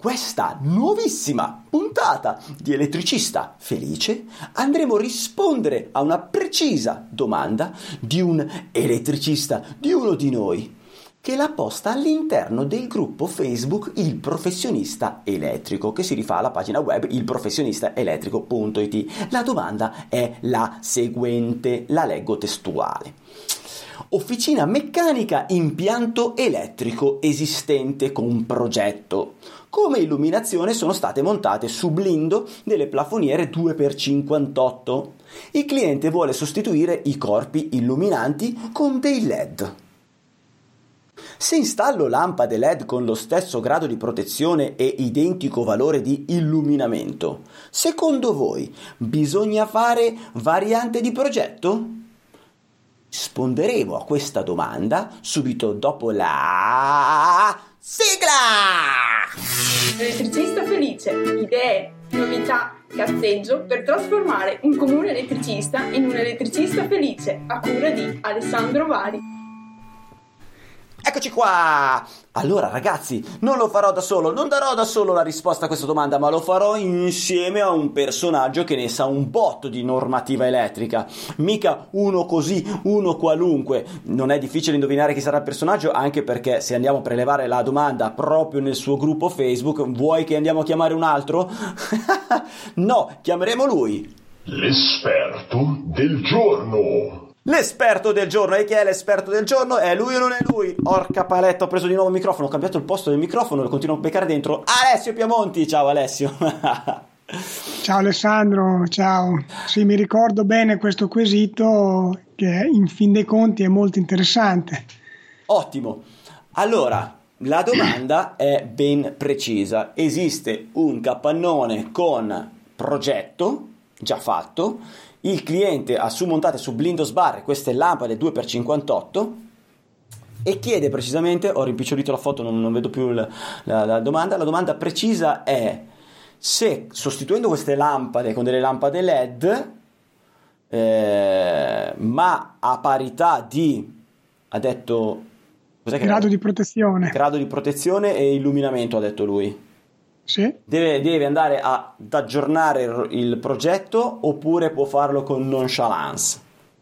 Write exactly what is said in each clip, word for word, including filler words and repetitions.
questa nuovissima puntata di Elettricista Felice andremo a rispondere a una precisa domanda di un elettricista, di uno di noi, che l'ha posta all'interno del gruppo Facebook Il Professionista Elettrico, che si rifà alla pagina web il professionista elettrico punto it. La domanda è la seguente, la leggo testuale. Officina meccanica impianto elettrico esistente con progetto. Come illuminazione sono state montate su blindo delle plafoniere due per cinquantotto. Il cliente vuole sostituire i corpi illuminanti con dei L E D. Se installo lampade L E D con lo stesso grado di protezione e identico valore di illuminamento, secondo voi bisogna fare variante di progetto? Risponderemo a questa domanda subito dopo la sigla! Elettricista Felice, idee, novità, cazzeggio per trasformare un comune elettricista in un elettricista felice, a cura di Alessandro Vari. Eccoci qua! Allora ragazzi, non lo farò da solo, non darò da solo la risposta a questa domanda, ma lo farò insieme a un personaggio che ne sa un botto di normativa elettrica. Mica uno così, uno qualunque. Non è difficile indovinare chi sarà il personaggio, anche perché se andiamo a prelevare la domanda proprio nel suo gruppo Facebook, vuoi che andiamo a chiamare un altro? No, chiameremo lui. L'esperto del giorno. L'esperto del giorno, e chi è l'esperto del giorno? È lui o non è lui? Orca paletta, ho preso di nuovo il microfono, ho cambiato il posto del microfono, lo continuo a beccare dentro. Alessio Piamonti, ciao Alessio. Ciao Alessandro, ciao. Sì, mi ricordo bene questo quesito che in fin dei conti è molto interessante. Ottimo. Allora, la domanda è ben precisa. Esiste un capannone con progetto già fatto. Il cliente ha su montate su blindo sbarre queste lampade due per cinquantotto e chiede precisamente, ho rimpicciolito la foto, non, non vedo più la, la, la domanda, la domanda precisa è se sostituendo queste lampade con delle lampade L E D, eh, ma a parità di, ha detto, cos'è che grado era? di protezione. Grado di protezione e illuminamento, ha detto lui. Sì. Deve, deve andare a, ad aggiornare il progetto oppure può farlo con nonchalance?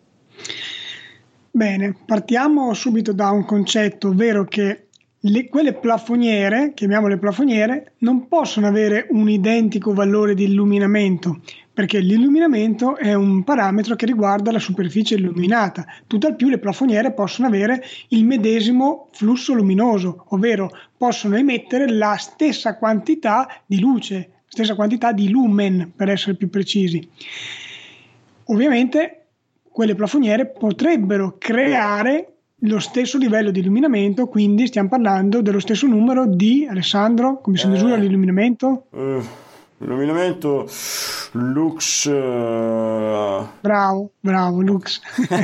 Bene, partiamo subito da un concetto, ovvero che le, quelle plafoniere, chiamiamole plafoniere, non possono avere un identico valore di illuminamento, perché l'illuminamento è un parametro che riguarda la superficie illuminata. Tutt'al più le plafoniere possono avere il medesimo flusso luminoso, ovvero possono emettere la stessa quantità di luce, stessa quantità di lumen, per essere più precisi. Ovviamente quelle plafoniere potrebbero creare lo stesso livello di illuminamento, quindi stiamo parlando dello stesso numero di, Alessandro, come si eh, misura l'illuminamento? Uh, illuminamento lux. Uh... Bravo, bravo, lux.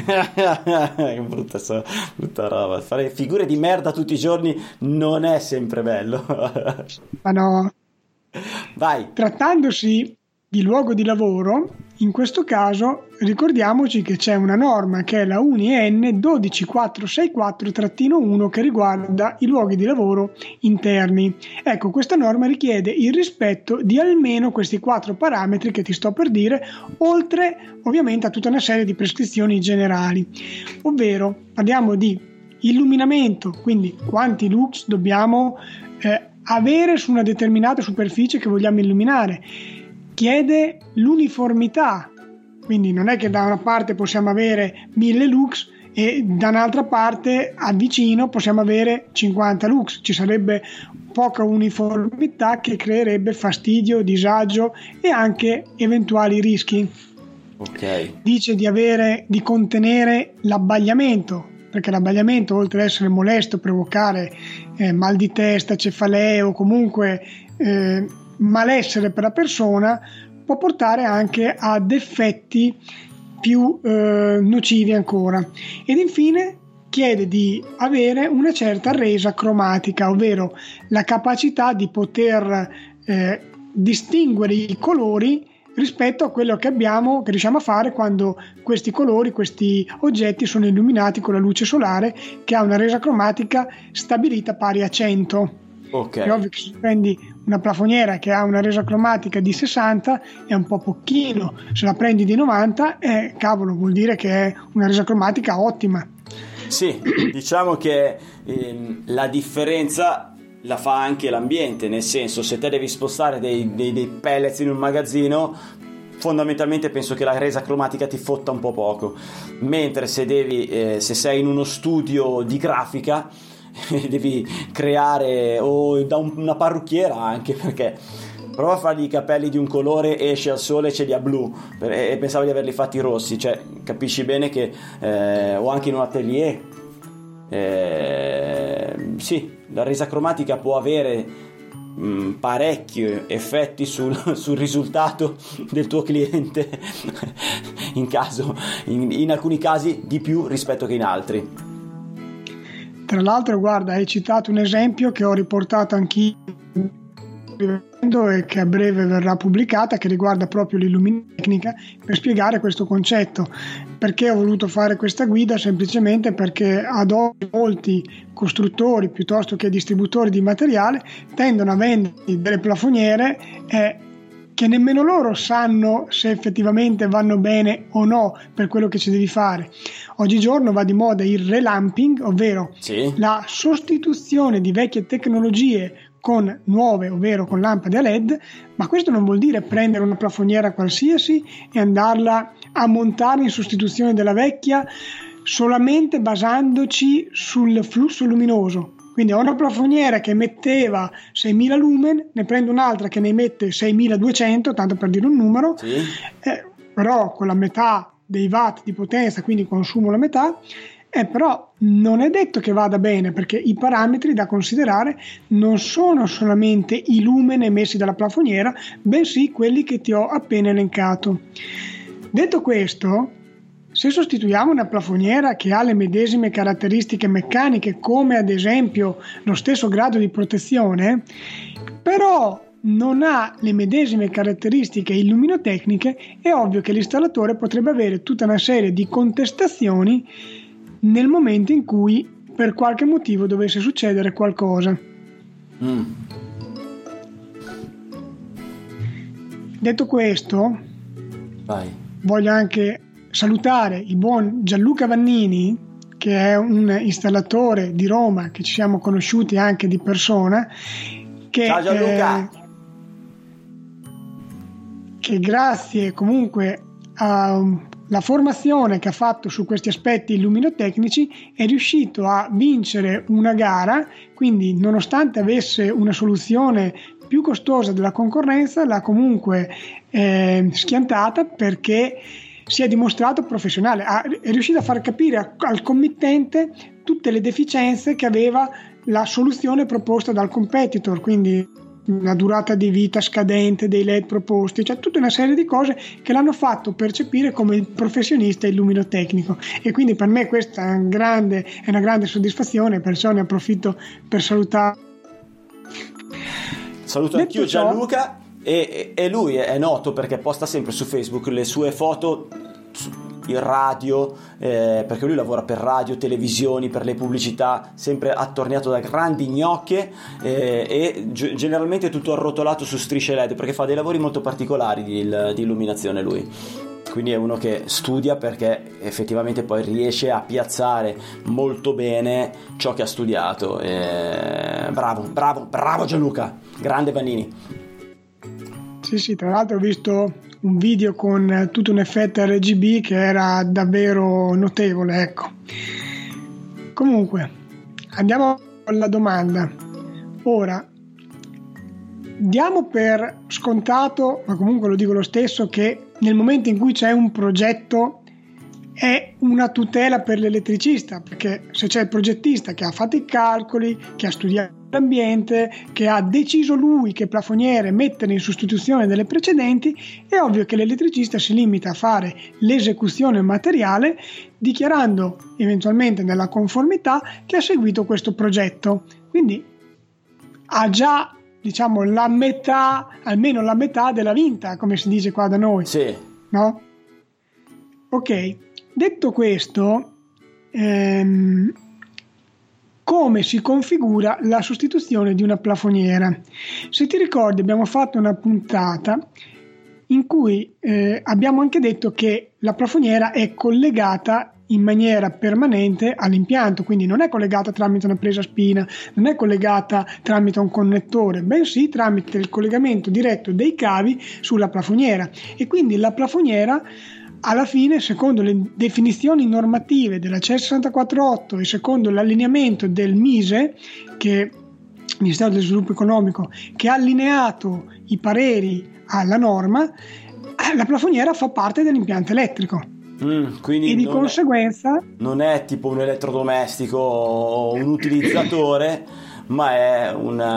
Che brutta, brutta roba. Fare figure di merda tutti i giorni non è sempre bello. Ma no. Vai. Trattandosi di luogo di lavoro, in questo caso ricordiamoci che c'è una norma che è la U N I N dodici quattro sei quattro uno che riguarda i luoghi di lavoro interni. Ecco, questa norma richiede il rispetto di almeno questi quattro parametri che ti sto per dire, oltre ovviamente a tutta una serie di prescrizioni generali, ovvero parliamo di illuminamento, quindi quanti lux dobbiamo eh, avere su una determinata superficie che vogliamo illuminare. Chiede l'uniformità, quindi non è che da una parte possiamo avere mille lux e da un'altra parte a vicino possiamo avere cinquanta lux, ci sarebbe poca uniformità che creerebbe fastidio, disagio e anche eventuali rischi. Okay. Dice di avere, di contenere l'abbagliamento, perché l'abbagliamento, oltre ad essere molesto, provocare eh, mal di testa, cefalee o comunque eh, malessere per la persona, può portare anche ad effetti più eh, nocivi ancora. Ed infine chiede di avere una certa resa cromatica, ovvero la capacità di poter eh, distinguere i colori rispetto a quello che abbiamo, che riusciamo a fare quando questi colori, questi oggetti sono illuminati con la luce solare, che ha una resa cromatica stabilita pari a cento. Okay. È ovvio che se prendi una plafoniera che ha una resa cromatica di sessanta è un po' pochino, se la prendi di novanta, eh, cavolo, vuol dire che è una resa cromatica ottima. Sì, diciamo che ehm, la differenza la fa anche l'ambiente, nel senso, se te devi spostare dei, dei, dei pellets in un magazzino, fondamentalmente penso che la resa cromatica ti fotta un po' poco, mentre se devi eh, se sei in uno studio di grafica devi creare, o da un, una parrucchiera anche, perché prova a fargli i capelli di un colore, esce al sole e ce li ha blu e pensavo di averli fatti rossi, cioè capisci bene che eh, o anche in un atelier eh, sì, la resa cromatica può avere mh, parecchi effetti sul, sul risultato del tuo cliente in caso in, in alcuni casi di più rispetto che in altri. Tra l'altro, guarda, hai citato un esempio che ho riportato anch'io e che a breve verrà pubblicata, che riguarda proprio l'illuminotecnica, per spiegare questo concetto. Perché ho voluto fare questa guida? Semplicemente perché ad oggi molti costruttori piuttosto che distributori di materiale tendono a vendere delle plafoniere eh, che nemmeno loro sanno se effettivamente vanno bene o no per quello che ci devi fare. Oggigiorno va di moda il relamping, ovvero sì. la sostituzione di vecchie tecnologie con nuove, ovvero con lampade a led, ma questo non vuol dire prendere una plafoniera qualsiasi e andarla a montare in sostituzione della vecchia solamente basandoci sul flusso luminoso. Quindi ho una plafoniera che emetteva seimila lumen, ne prendo un'altra che ne emette seimiladuecento, tanto per dire un numero, sì. eh, però con la metà dei watt di potenza, quindi consumo la metà, eh, però non è detto che vada bene, perché i parametri da considerare non sono solamente i lumen emessi dalla plafoniera, bensì quelli che ti ho appena elencato. Detto questo, se sostituiamo una plafoniera che ha le medesime caratteristiche meccaniche, come ad esempio lo stesso grado di protezione, però non ha le medesime caratteristiche illuminotecniche, è ovvio che l'installatore potrebbe avere tutta una serie di contestazioni nel momento in cui per qualche motivo dovesse succedere qualcosa. Mm. Detto questo, vai. Voglio anche salutare il buon Gianluca Vannini, che è un installatore di Roma, che ci siamo conosciuti anche di persona, che, ciao Gianluca! Eh, che grazie comunque alla formazione che ha fatto su questi aspetti illuminotecnici è riuscito a vincere una gara, quindi nonostante avesse una soluzione più costosa della concorrenza l'ha comunque eh, schiantata, perché si è dimostrato professionale, è riuscito a far capire al committente tutte le deficienze che aveva la soluzione proposta dal competitor, quindi la durata di vita scadente dei led proposti, cioè tutta una serie di cose che l'hanno fatto percepire come il professionista illuminotecnico, e quindi per me questa è, un grande, è una grande soddisfazione, perciò ne approfitto per salutare. Saluto anch'io Gianluca. E, e lui è noto perché posta sempre su Facebook le sue foto in radio, eh, perché lui lavora per radio, televisioni, per le pubblicità, sempre attorniato da grandi gnocche eh, e g- generalmente tutto arrotolato su strisce led, perché fa dei lavori molto particolari di, di illuminazione lui. Quindi è uno che studia, perché effettivamente poi riesce a piazzare molto bene ciò che ha studiato. Eh, bravo, bravo, bravo Gianluca, grande Vannini. Sì, sì, tra l'altro ho visto un video con tutto un effetto R G B che era davvero notevole, ecco. Comunque, andiamo alla domanda. Ora, diamo per scontato, ma comunque lo dico lo stesso, che nel momento in cui c'è un progetto è una tutela per l'elettricista, perché se c'è il progettista che ha fatto i calcoli, che ha studiato l'ambiente, che ha deciso lui che plafoniere mettere in sostituzione delle precedenti, è ovvio che l'elettricista si limita a fare l'esecuzione materiale, dichiarando eventualmente nella conformità che ha seguito questo progetto. Quindi ha già, diciamo, la metà, almeno la metà della vinta, come si dice qua da noi. Sì. No? Ok. Detto questo, ehm, come si configura la sostituzione di una plafoniera. Se ti ricordi, abbiamo fatto una puntata in cui eh, abbiamo anche detto che la plafoniera è collegata in maniera permanente all'impianto, quindi non è collegata tramite una presa spina, non è collegata tramite un connettore, bensì tramite il collegamento diretto dei cavi sulla plafoniera. E quindi la plafoniera, alla fine, secondo le definizioni normative della C E S sessantaquattro otto e secondo l'allineamento del MISE, che Ministero dello Sviluppo Economico, che ha allineato i pareri alla norma, la plafoniera fa parte dell'impianto elettrico. Mm, quindi e di non conseguenza è, non è tipo un elettrodomestico o un utilizzatore, ma è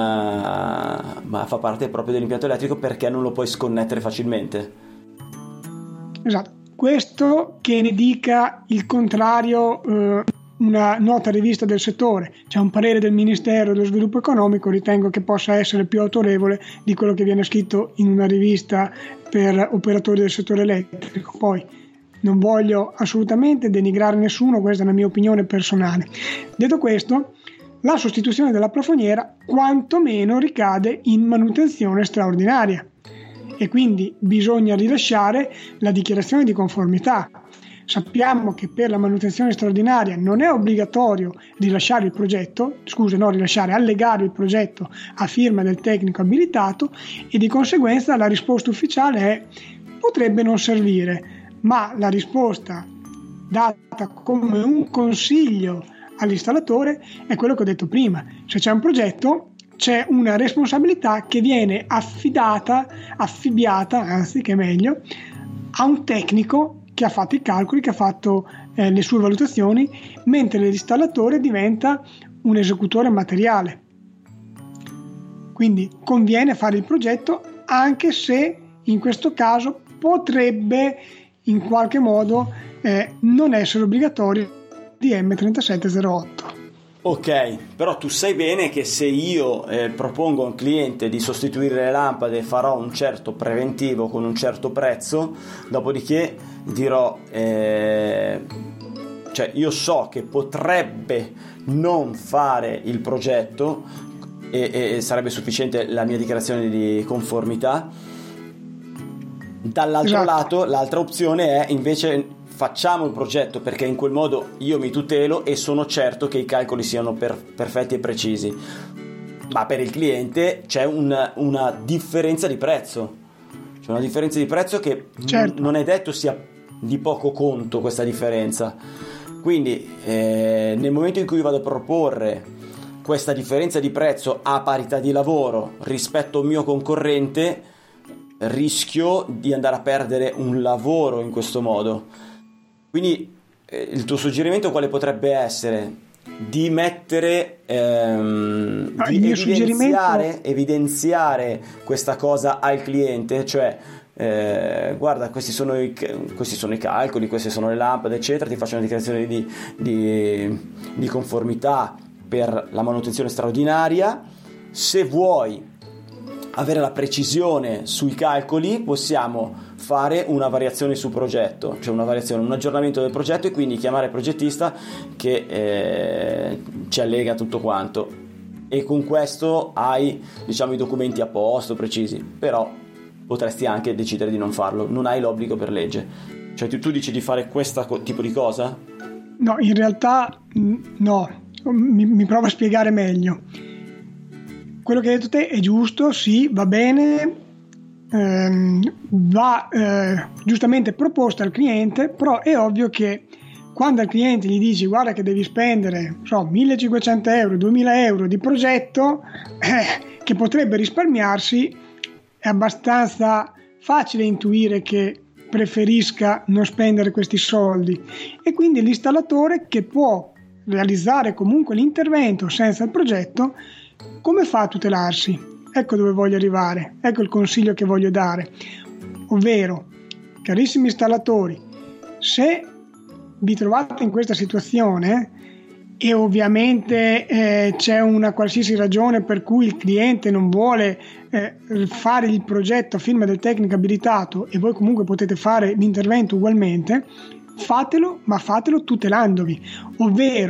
una ma fa parte proprio dell'impianto elettrico, perché non lo puoi sconnettere facilmente. Esatto. Questo che ne dica il contrario eh, una nota rivista del settore, c'è un parere del Ministero dello Sviluppo Economico, ritengo che possa essere più autorevole di quello che viene scritto in una rivista per operatori del settore elettrico. Poi non voglio assolutamente denigrare nessuno, questa è una mia opinione personale. Detto questo, la sostituzione della plafoniera quantomeno ricade in manutenzione straordinaria e quindi bisogna rilasciare la dichiarazione di conformità. Sappiamo che per la manutenzione straordinaria non è obbligatorio rilasciare il progetto, scusa, no, rilasciare, allegare il progetto a firma del tecnico abilitato, e di conseguenza la risposta ufficiale è potrebbe non servire. Ma la risposta data come un consiglio all'installatore è quello che ho detto prima: se c'è un progetto c'è una responsabilità che viene affidata, affibbiata, anzi che è meglio, a un tecnico che ha fatto i calcoli, che ha fatto eh, le sue valutazioni, mentre l'installatore diventa un esecutore materiale. Quindi conviene fare il progetto, anche se in questo caso potrebbe in qualche modo eh, non essere obbligatorio di M trentasette zero otto. Ok, però tu sai bene che se io eh, propongo a un cliente di sostituire le lampade, farò un certo preventivo con un certo prezzo, dopodiché dirò eh, cioè io so che potrebbe non fare il progetto e, e sarebbe sufficiente la mia dichiarazione di conformità. Dall'altro esatto. lato, l'altra opzione è invece facciamo il progetto, perché in quel modo io mi tutelo e sono certo che i calcoli siano per, perfetti e precisi. Ma per il cliente c'è un, una differenza di prezzo, c'è una differenza di prezzo che certo. n- non è detto sia di poco conto questa differenza. Quindi eh, nel momento in cui vado a proporre questa differenza di prezzo a parità di lavoro rispetto al mio concorrente, rischio di andare a perdere un lavoro in questo modo. Quindi eh, il tuo suggerimento quale potrebbe essere? Di mettere ehm, ah, di evidenziare, suggerimento... evidenziare questa cosa al cliente, cioè eh, guarda, questi sono, i, questi sono i calcoli, queste sono le lampade eccetera, ti faccio una dichiarazione di, di, di conformità per la manutenzione straordinaria. Se vuoi avere la precisione sui calcoli, possiamo fare una variazione sul progetto, cioè una variazione, un aggiornamento del progetto, e quindi chiamare il progettista che eh, ci allega tutto quanto, e con questo hai, diciamo, i documenti a posto, precisi. Però potresti anche decidere di non farlo, non hai l'obbligo per legge. Cioè tu, tu dici di fare questo tipo di cosa? No, in realtà no, mi, mi provo a spiegare meglio. Quello che hai detto te è giusto, sì, va bene, ehm, va eh, giustamente proposta al cliente, però è ovvio che quando al cliente gli dici guarda che devi spendere so, millecinquecento euro, duemila euro di progetto eh, che potrebbe risparmiarsi, è abbastanza facile intuire che preferisca non spendere questi soldi, e quindi l'installatore, che può realizzare comunque l'intervento senza il progetto, come fa a tutelarsi? Ecco dove voglio arrivare, ecco il consiglio che voglio dare, ovvero, carissimi installatori, se vi trovate in questa situazione e ovviamente eh, c'è una qualsiasi ragione per cui il cliente non vuole eh, fare il progetto a firma del tecnico abilitato e voi comunque potete fare l'intervento ugualmente, fatelo, ma fatelo tutelandovi, ovvero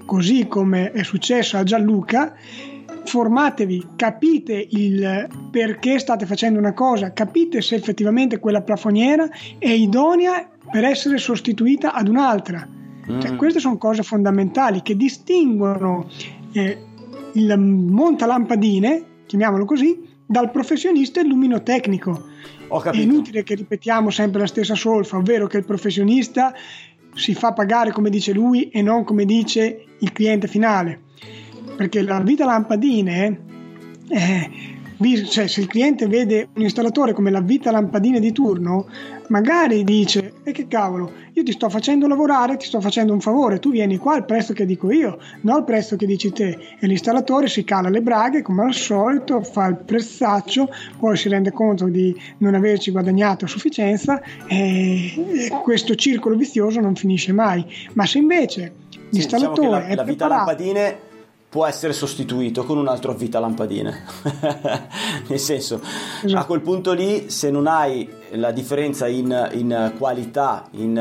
così come è successo a Gianluca, formatevi, capite il perché state facendo una cosa, capite se effettivamente quella plafoniera è idonea per essere sostituita ad un'altra. Mm. Cioè, queste sono cose fondamentali che distinguono eh, il montalampadine, chiamiamolo così, dal professionista illuminotecnico. Ho capito. È inutile che ripetiamo sempre la stessa solfa, ovvero che il professionista si fa pagare come dice lui e non come dice il cliente finale, perché la vita lampadine eh, cioè, se il cliente vede un installatore come la vita lampadine di turno, magari dice e eh, che cavolo, io ti sto facendo lavorare, ti sto facendo un favore, tu vieni qua al prezzo che dico io, non al prezzo che dici te, e l'installatore si cala le braghe come al solito, fa il prezzaccio, poi si rende conto di non averci guadagnato a sufficienza e questo circolo vizioso non finisce mai. Ma se invece l'installatore sì, diciamo che la, è la vita preparato, lampadine può essere sostituito con un altro vita lampadine nel senso, esatto. A quel punto lì, se non hai la differenza in, in qualità, in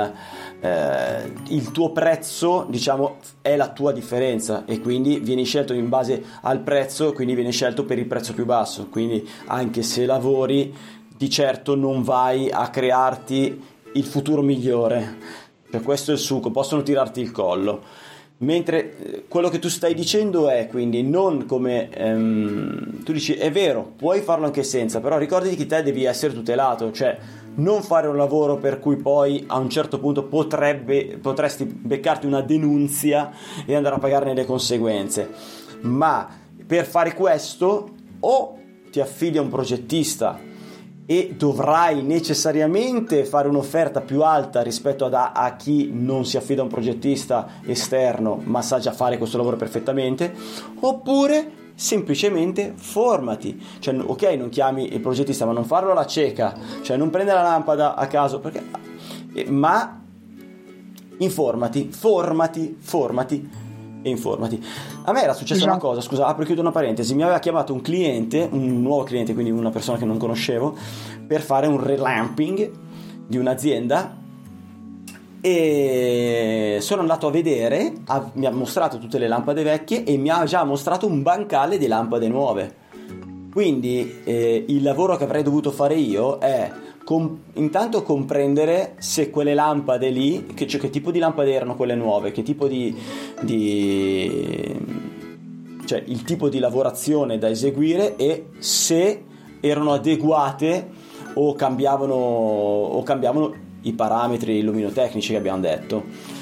eh, il tuo prezzo, diciamo, è la tua differenza e quindi vieni scelto in base al prezzo, quindi vieni scelto per il prezzo più basso, quindi anche se lavori di certo non vai a crearti il futuro migliore, cioè questo è il succo, possono tirarti il collo. Mentre quello che tu stai dicendo è quindi non come ehm, tu dici è vero, puoi farlo anche senza, però ricordati che te devi essere tutelato, cioè non fare un lavoro per cui poi a un certo punto potrebbe, potresti beccarti una denunzia e andare a pagarne le conseguenze. Ma per fare questo o ti affidi a un progettista e dovrai necessariamente fare un'offerta più alta rispetto ad a, a chi non si affida a un progettista esterno ma sa già fare questo lavoro perfettamente, oppure semplicemente formati, cioè ok, non chiami il progettista ma non farlo alla cieca, cioè non prendere la lampada a caso, perché, ma informati, formati, formati e informati. A me era successa esatto. una cosa, scusa, apro e chiudo una parentesi, mi aveva chiamato un cliente, un nuovo cliente, quindi una persona che non conoscevo, per fare un relamping di un'azienda e sono andato a vedere, ha, mi ha mostrato tutte le lampade vecchie e mi ha già mostrato un bancale di lampade nuove. Quindi eh, il lavoro che avrei dovuto fare io è Com- intanto comprendere se quelle lampade lì, che, cioè che tipo di lampade erano quelle nuove, che tipo di, di cioè il tipo di lavorazione da eseguire e se erano adeguate o cambiavano o cambiavano i parametri illuminotecnici che abbiamo detto.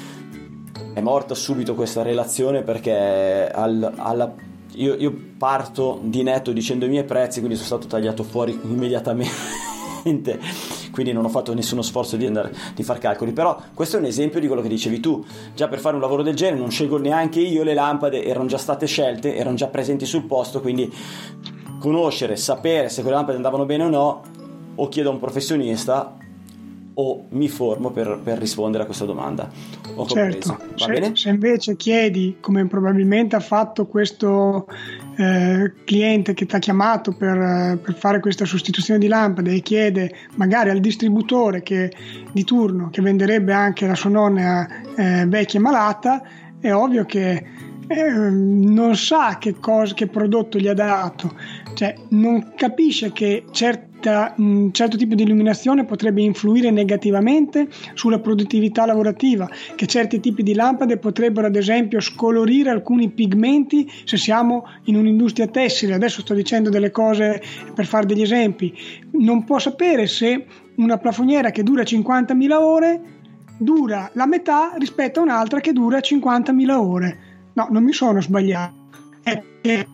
È morta subito questa relazione perché al, alla, io, io parto di netto dicendo i miei prezzi, quindi sono stato tagliato fuori immediatamente. Quindi non ho fatto nessuno sforzo di andare di far calcoli, però questo è un esempio di quello che dicevi tu. Già per fare un lavoro del genere non scelgo neanche io le lampade, erano già state scelte, erano già presenti sul posto, quindi conoscere, sapere se quelle lampade andavano bene o no, o chiedo a un professionista o mi formo per, per rispondere a questa domanda. Ho certo, Va se, bene? Se invece chiedi, come probabilmente ha fatto questo eh, cliente che ti ha chiamato per, per fare questa sostituzione di lampade, e chiede magari al distributore che, di turno, che venderebbe anche la sua nonna eh, vecchia e malata, è ovvio che eh, non sa che cosa, che prodotto gli ha dato, cioè non capisce che certi un certo tipo di illuminazione potrebbe influire negativamente sulla produttività lavorativa, che certi tipi di lampade potrebbero ad esempio scolorire alcuni pigmenti se siamo in un'industria tessile. Adesso sto dicendo delle cose per fare degli esempi. Non può sapere se una plafoniera che dura cinquantamila ore dura la metà rispetto a un'altra che dura cinquantamila ore. No, non mi sono sbagliato, è che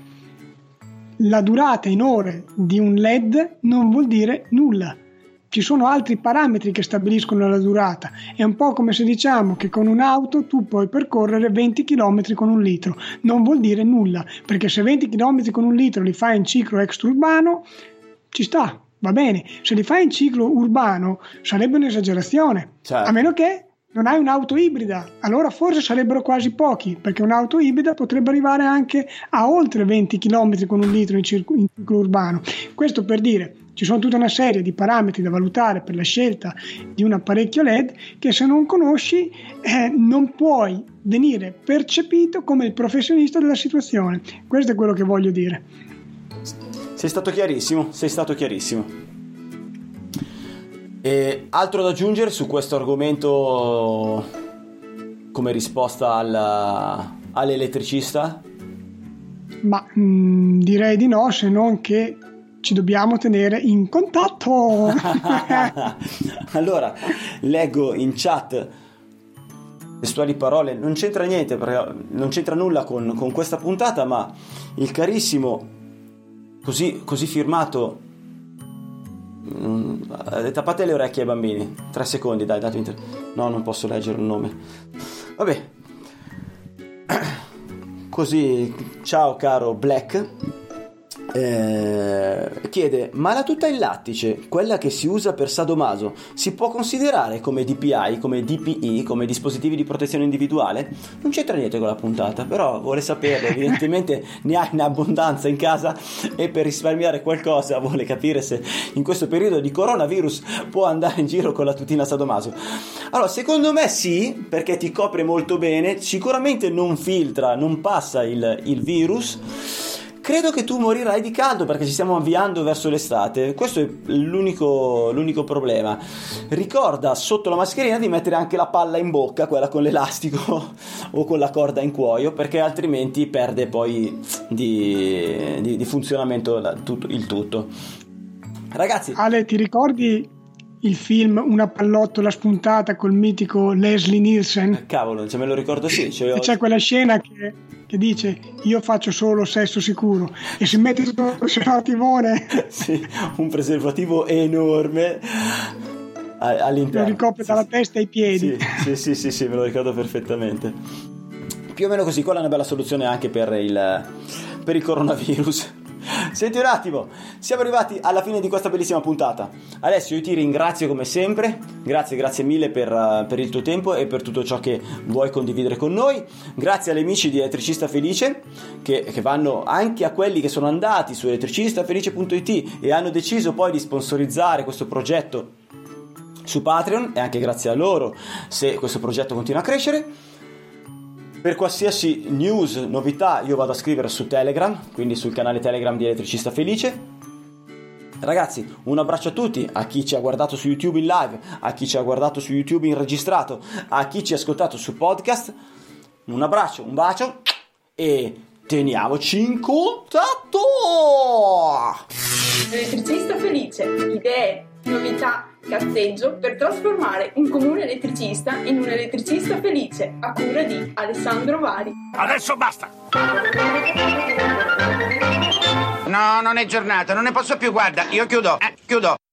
la durata in ore di un L E D non vuol dire nulla. Ci sono altri parametri che stabiliscono la durata. È un po' come se diciamo che con un'auto tu puoi percorrere venti chilometri con un litro. Non vuol dire nulla, perché se venti chilometri con un litro li fai in ciclo extraurbano, ci sta, va bene. Se li fai in ciclo urbano sarebbe un'esagerazione. Certo. A meno che non hai un'auto ibrida, allora forse sarebbero quasi pochi, perché un'auto ibrida potrebbe arrivare anche a oltre venti chilometri con un litro in, circo, in ciclo urbano. Questo per dire, ci sono tutta una serie di parametri da valutare per la scelta di un apparecchio L E D che se non conosci eh, non puoi venire percepito come il professionista della situazione. Questo è quello che voglio dire. Sei stato chiarissimo, sei stato chiarissimo. E altro da aggiungere su questo argomento come risposta al, all'elettricista? Ma mh, direi di no, se non che ci dobbiamo tenere in contatto. Allora, leggo in chat testuali parole, non c'entra niente, perché non c'entra nulla con, con questa puntata, ma il carissimo, così, così firmato, mh, tappate le orecchie ai bambini, tre secondi, dai, dato inter... no, non posso leggere il nome, vabbè, così, ciao caro Black. Eh, chiede: ma la tuta in lattice, quella che si usa per sadomaso, si può considerare come D P I, come D P I, come dispositivi di protezione individuale? Non c'entra niente con la puntata, però vuole saperlo, evidentemente ne ha in abbondanza in casa e per risparmiare qualcosa vuole capire se in questo periodo di coronavirus può andare in giro con la tutina sadomaso. Allora, secondo me sì, perché ti copre molto bene, sicuramente non filtra, non passa il, il virus. Credo che tu morirai di caldo perché ci stiamo avviando verso l'estate. Questo è l'unico, l'unico problema. Ricorda sotto la mascherina di mettere anche la palla in bocca, quella con l'elastico o con la corda in cuoio, perché altrimenti perde poi di, di, di funzionamento la, tutto, il tutto. Ragazzi, Ale, ti ricordi il film Una pallottola spuntata col mitico Leslie Nielsen? Cavolo, cioè me lo ricordo, sì. Cioè, c'è quella scena che, che dice: io faccio solo sesso sicuro, e si mette tutto un preservativone. Sì, un preservativo enorme all'interno. Lo ricopre dalla testa ai piedi. Sì, sì, sì, sì, sì, me lo ricordo perfettamente. Più o meno così, quella è una bella soluzione anche per il, per il coronavirus. Senti un attimo, siamo arrivati alla fine di questa bellissima puntata. Alessio, io ti ringrazio come sempre. Grazie, grazie mille per, uh, per il tuo tempo e per tutto ciò che vuoi condividere con noi. Grazie agli amici di Elettricista Felice che, che vanno anche a quelli che sono andati su elettricistafelice punto it e hanno deciso poi di sponsorizzare questo progetto su Patreon, e anche grazie a loro se questo progetto continua a crescere. Per qualsiasi news, novità, io vado a scrivere su Telegram, quindi sul canale Telegram di Elettricista Felice. Ragazzi, un abbraccio a tutti, a chi ci ha guardato su YouTube in live, a chi ci ha guardato su YouTube in registrato, a chi ci ha ascoltato su podcast. Un abbraccio, un bacio e teniamoci in contatto! Elettricista Felice, idee, novità, cazzeggio per trasformare un comune elettricista in un elettricista felice, a cura di Alessandro Vari. Adesso basta! No, non è giornata, non ne posso più, guarda, io chiudo, eh, chiudo.